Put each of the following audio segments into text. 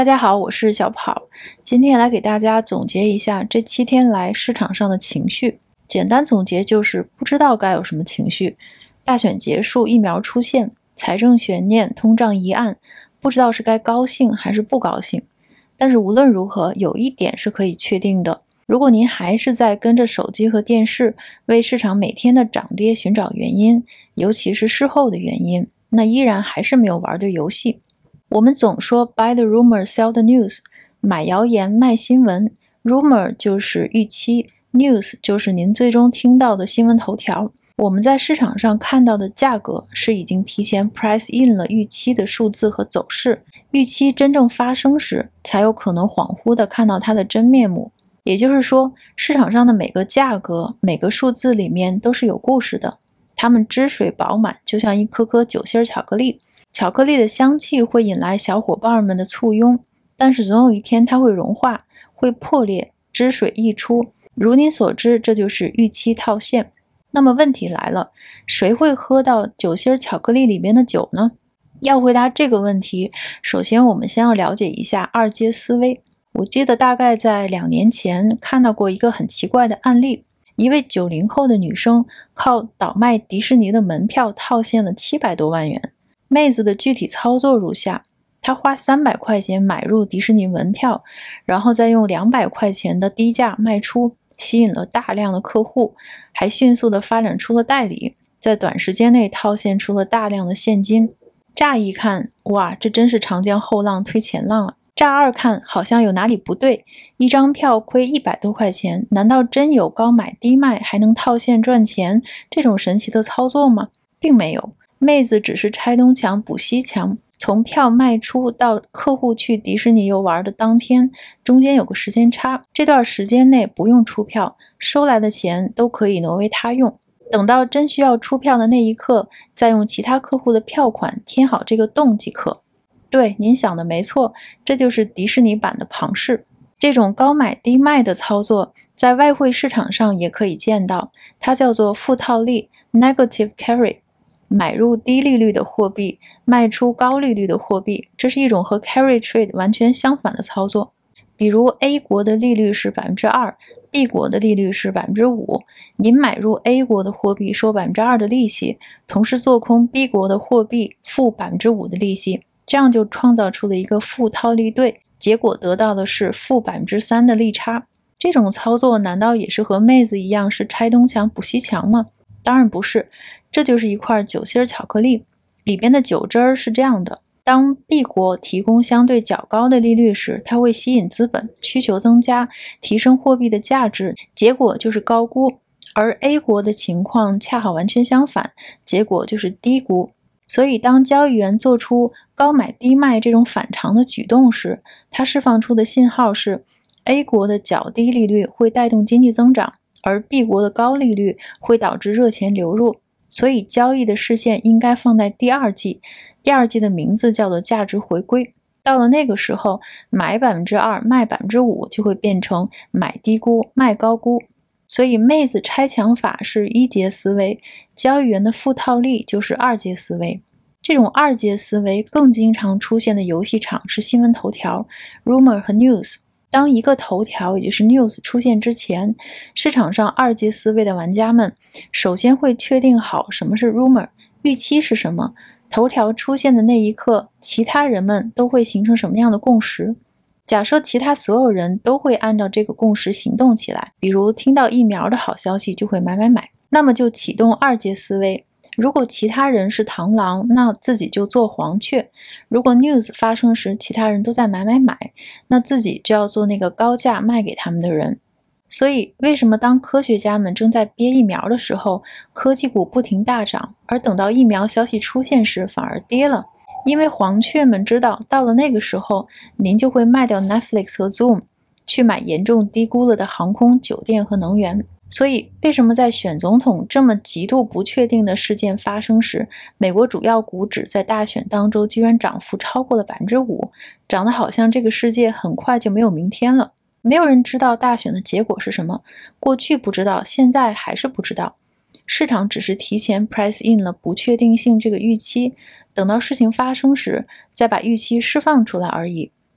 大家好，我是小跑，今天来给大家总结一下这7天来市场上的情绪。简单总结就是不知道该有什么情绪。大选结束，疫苗出现，财政悬念，通胀疑案，不知道是该高兴还是不高兴。但是无论如何，有一点是可以确定的，如果您还是在跟着手机和电视为市场每天的涨跌寻找原因，尤其是事后的原因，那依然还是没有玩对游戏。我们总说 buy the rumor, sell the news， 买谣言卖新闻。 rumor 就是预期， news 就是您最终听到的新闻头条。我们在市场上看到的价格是已经提前 price in 了预期的数字和走势，预期真正发生时才有可能恍惚地看到它的真面目。也就是说，市场上的每个价格每个数字里面都是有故事的，它们汁水饱满，就像一颗颗酒心巧克力。巧克力的香气会引来小伙伴们的簇拥，但是总有一天它会融化，会破裂，汁水溢出。如您所知，这就是预期套现。那么问题来了，谁会喝到酒心巧克力里面的酒呢？要回答这个问题，首先我们先要了解一下二阶思维。我记得大概在2年前看到过一个很奇怪的案例，一位90后的女生靠倒卖迪士尼的门票套现了700多万元。妹子的具体操作如下，她花300块钱买入迪士尼门票，然后再用200块钱的低价卖出，吸引了大量的客户，还迅速地发展出了代理，在短时间内套现出了大量的现金。乍一看，哇，这真是长江后浪推前浪啊！乍二看好像有哪里不对，一张票亏100多块钱，难道真有高买低卖还能套现赚钱这种神奇的操作吗？并没有，妹子只是拆东墙补西墙，从票卖出到客户去迪士尼游玩的当天，中间有个时间差，这段时间内不用出票，收来的钱都可以挪为他用。等到真需要出票的那一刻，再用其他客户的票款填好这个洞即可。对，您想的没错，这就是迪士尼版的庞氏。这种高买低卖的操作在外汇市场上也可以见到，它叫做负套利 negative carry， 买入低利率的货币，卖出高利率的货币，这是一种和 carry trade 完全相反的操作。比如 A 国的利率是 2%， B 国的利率是 5%， 您买入 A 国的货币收 2% 的利息，同时做空 B 国的货币负 5% 的利息，这样就创造出了一个负套利对，结果得到的是负 3% 的利差。这种操作难道也是和妹子一样是拆东墙补西墙吗？当然不是，这就是一块酒心巧克力，里边的酒汁儿是这样的。当 B 国提供相对较高的利率时，它会吸引资本，需求增加，提升货币的价值，结果就是高估。而 A 国的情况恰好完全相反，结果就是低估。所以当交易员做出高买低卖这种反常的举动时，它释放出的信号是 A 国的较低利率会带动经济增长，而 B 国的高利率会导致热钱流入。所以交易的视线应该放在第二季，第二季的名字叫做价值回归。到了那个时候，买 2%卖 5% 就会变成买低估卖高估。所以妹子拆墙法是1阶思维，交易员的负套利就是2阶思维。这种2阶思维更经常出现的游戏场是新闻头条 rumor 和 news。当一个头条也就是 news 出现之前，市场上2阶思维的玩家们首先会确定好什么是 rumor， 预期是什么，头条出现的那一刻，其他人们都会形成什么样的共识。假设其他所有人都会按照这个共识行动起来，比如听到疫苗的好消息就会买，那么就启动2阶思维。如果其他人是螳螂，那自己就做黄雀。如果 news 发生时其他人都在买，那自己就要做那个高价卖给他们的人。所以为什么当科学家们正在憋疫苗的时候，科技股不停大涨，而等到疫苗消息出现时反而跌了？因为黄雀们知道，到了那个时候，您就会卖掉 Netflix 和 Zoom， 去买严重低估了的航空、酒店和能源。所以为什么在选总统这么极度不确定的事件发生时，美国主要股指在大选当中居然涨幅超过了 5%， 涨得好像这个世界很快就没有明天了。没有人知道大选的结果是什么，过去不知道，现在还是不知道。市场只是提前 price in 了不确定性这个预期，等到事情发生时再把预期释放出来而已。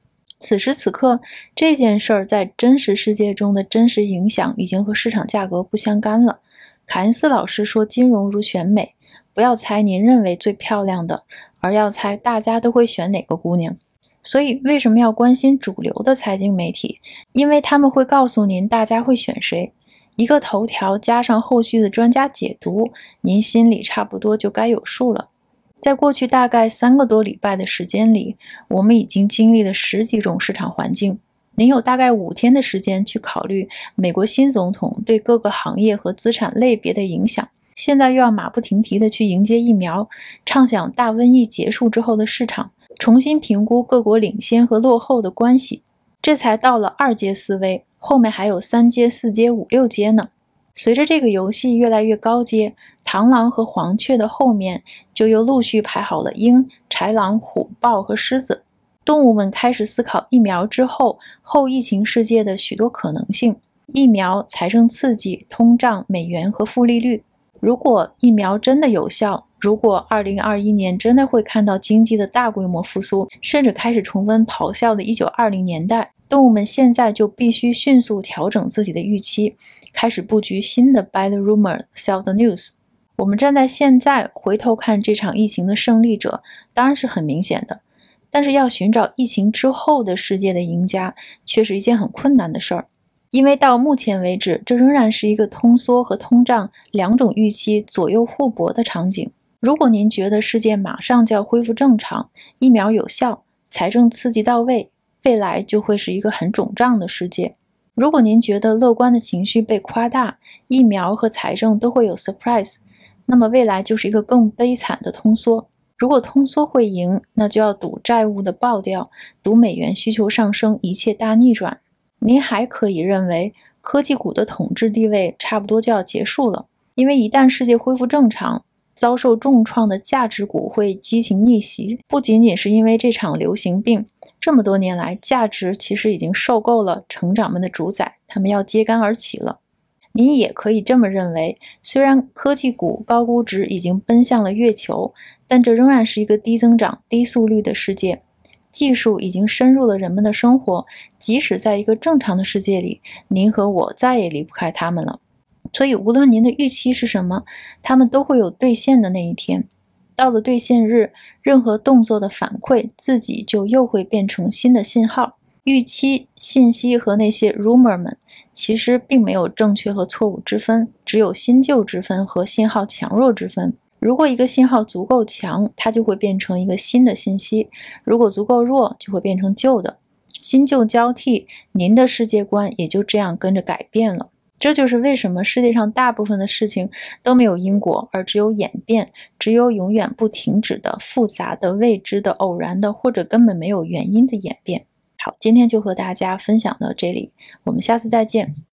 此时此刻，这件事儿在真实世界中的真实影响已经和市场价格不相干了。凯恩斯老师说，金融如选美，不要猜您认为最漂亮的，而要猜大家都会选哪个姑娘。所以为什么要关心主流的财经媒体？因为他们会告诉您大家会选谁。一个头条加上后续的专家解读，您心里差不多就该有数了。在过去大概3个多礼拜的时间里，我们已经经历了10几种市场环境。您有大概5天的时间去考虑美国新总统对各个行业和资产类别的影响。现在又要马不停蹄地去迎接疫苗，畅想大瘟疫结束之后的市场，重新评估各国领先和落后的关系。这才到了2阶思维，后面还有3阶、4阶、5、6阶呢。随着这个游戏越来越高阶，螳螂和黄雀的后面就又陆续排好了鹰、豺狼、虎、豹和狮子。动物们开始思考疫苗之后后疫情世界的许多可能性：疫苗、财政刺激、通胀、美元和负利率。如果疫苗真的有效，如果2021年真的会看到经济的大规模复苏，甚至开始重温咆哮的1920年代，动物们现在就必须迅速调整自己的预期，开始布局新的 Buy the rumor, sell the news。 我们站在现在回头看这场疫情的胜利者，当然是很明显的，但是要寻找疫情之后的世界的赢家，却是一件很困难的事儿。因为到目前为止，这仍然是一个通缩和通胀2种预期左右互搏的场景。如果您觉得世界马上就要恢复正常，疫苗有效，财政刺激到位，未来就会是一个很肿胀的世界。如果您觉得乐观的情绪被夸大，疫苗和财政都会有 surprise， 那么未来就是一个更悲惨的通缩。如果通缩会赢，那就要赌债务的爆掉，赌美元需求上升，一切大逆转。您还可以认为科技股的统治地位差不多就要结束了，因为一旦世界恢复正常，遭受重创的价值股会激情逆袭。不仅仅是因为这场流行病，这么多年来价值其实已经受够了成长们的主宰，他们要揭竿而起了。您也可以这么认为，虽然科技股高估值已经奔向了月球，但这仍然是一个低增长、低速率的世界。技术已经深入了人们的生活，即使在一个正常的世界里，您和我再也离不开它们了。所以无论您的预期是什么，它们都会有兑现的那一天。到了兑现日，任何动作的反馈自己就又会变成新的信号。预期、信息和那些 rumor 们其实并没有正确和错误之分，只有新旧之分和信号强弱之分。如果一个信号足够强，它就会变成一个新的信息；如果足够弱，就会变成旧的。新旧交替，您的世界观也就这样跟着改变了。这就是为什么世界上大部分的事情都没有因果，而只有演变，只有永远不停止的、复杂的、未知的、偶然的，或者根本没有原因的演变。好，今天就和大家分享到这里，我们下次再见。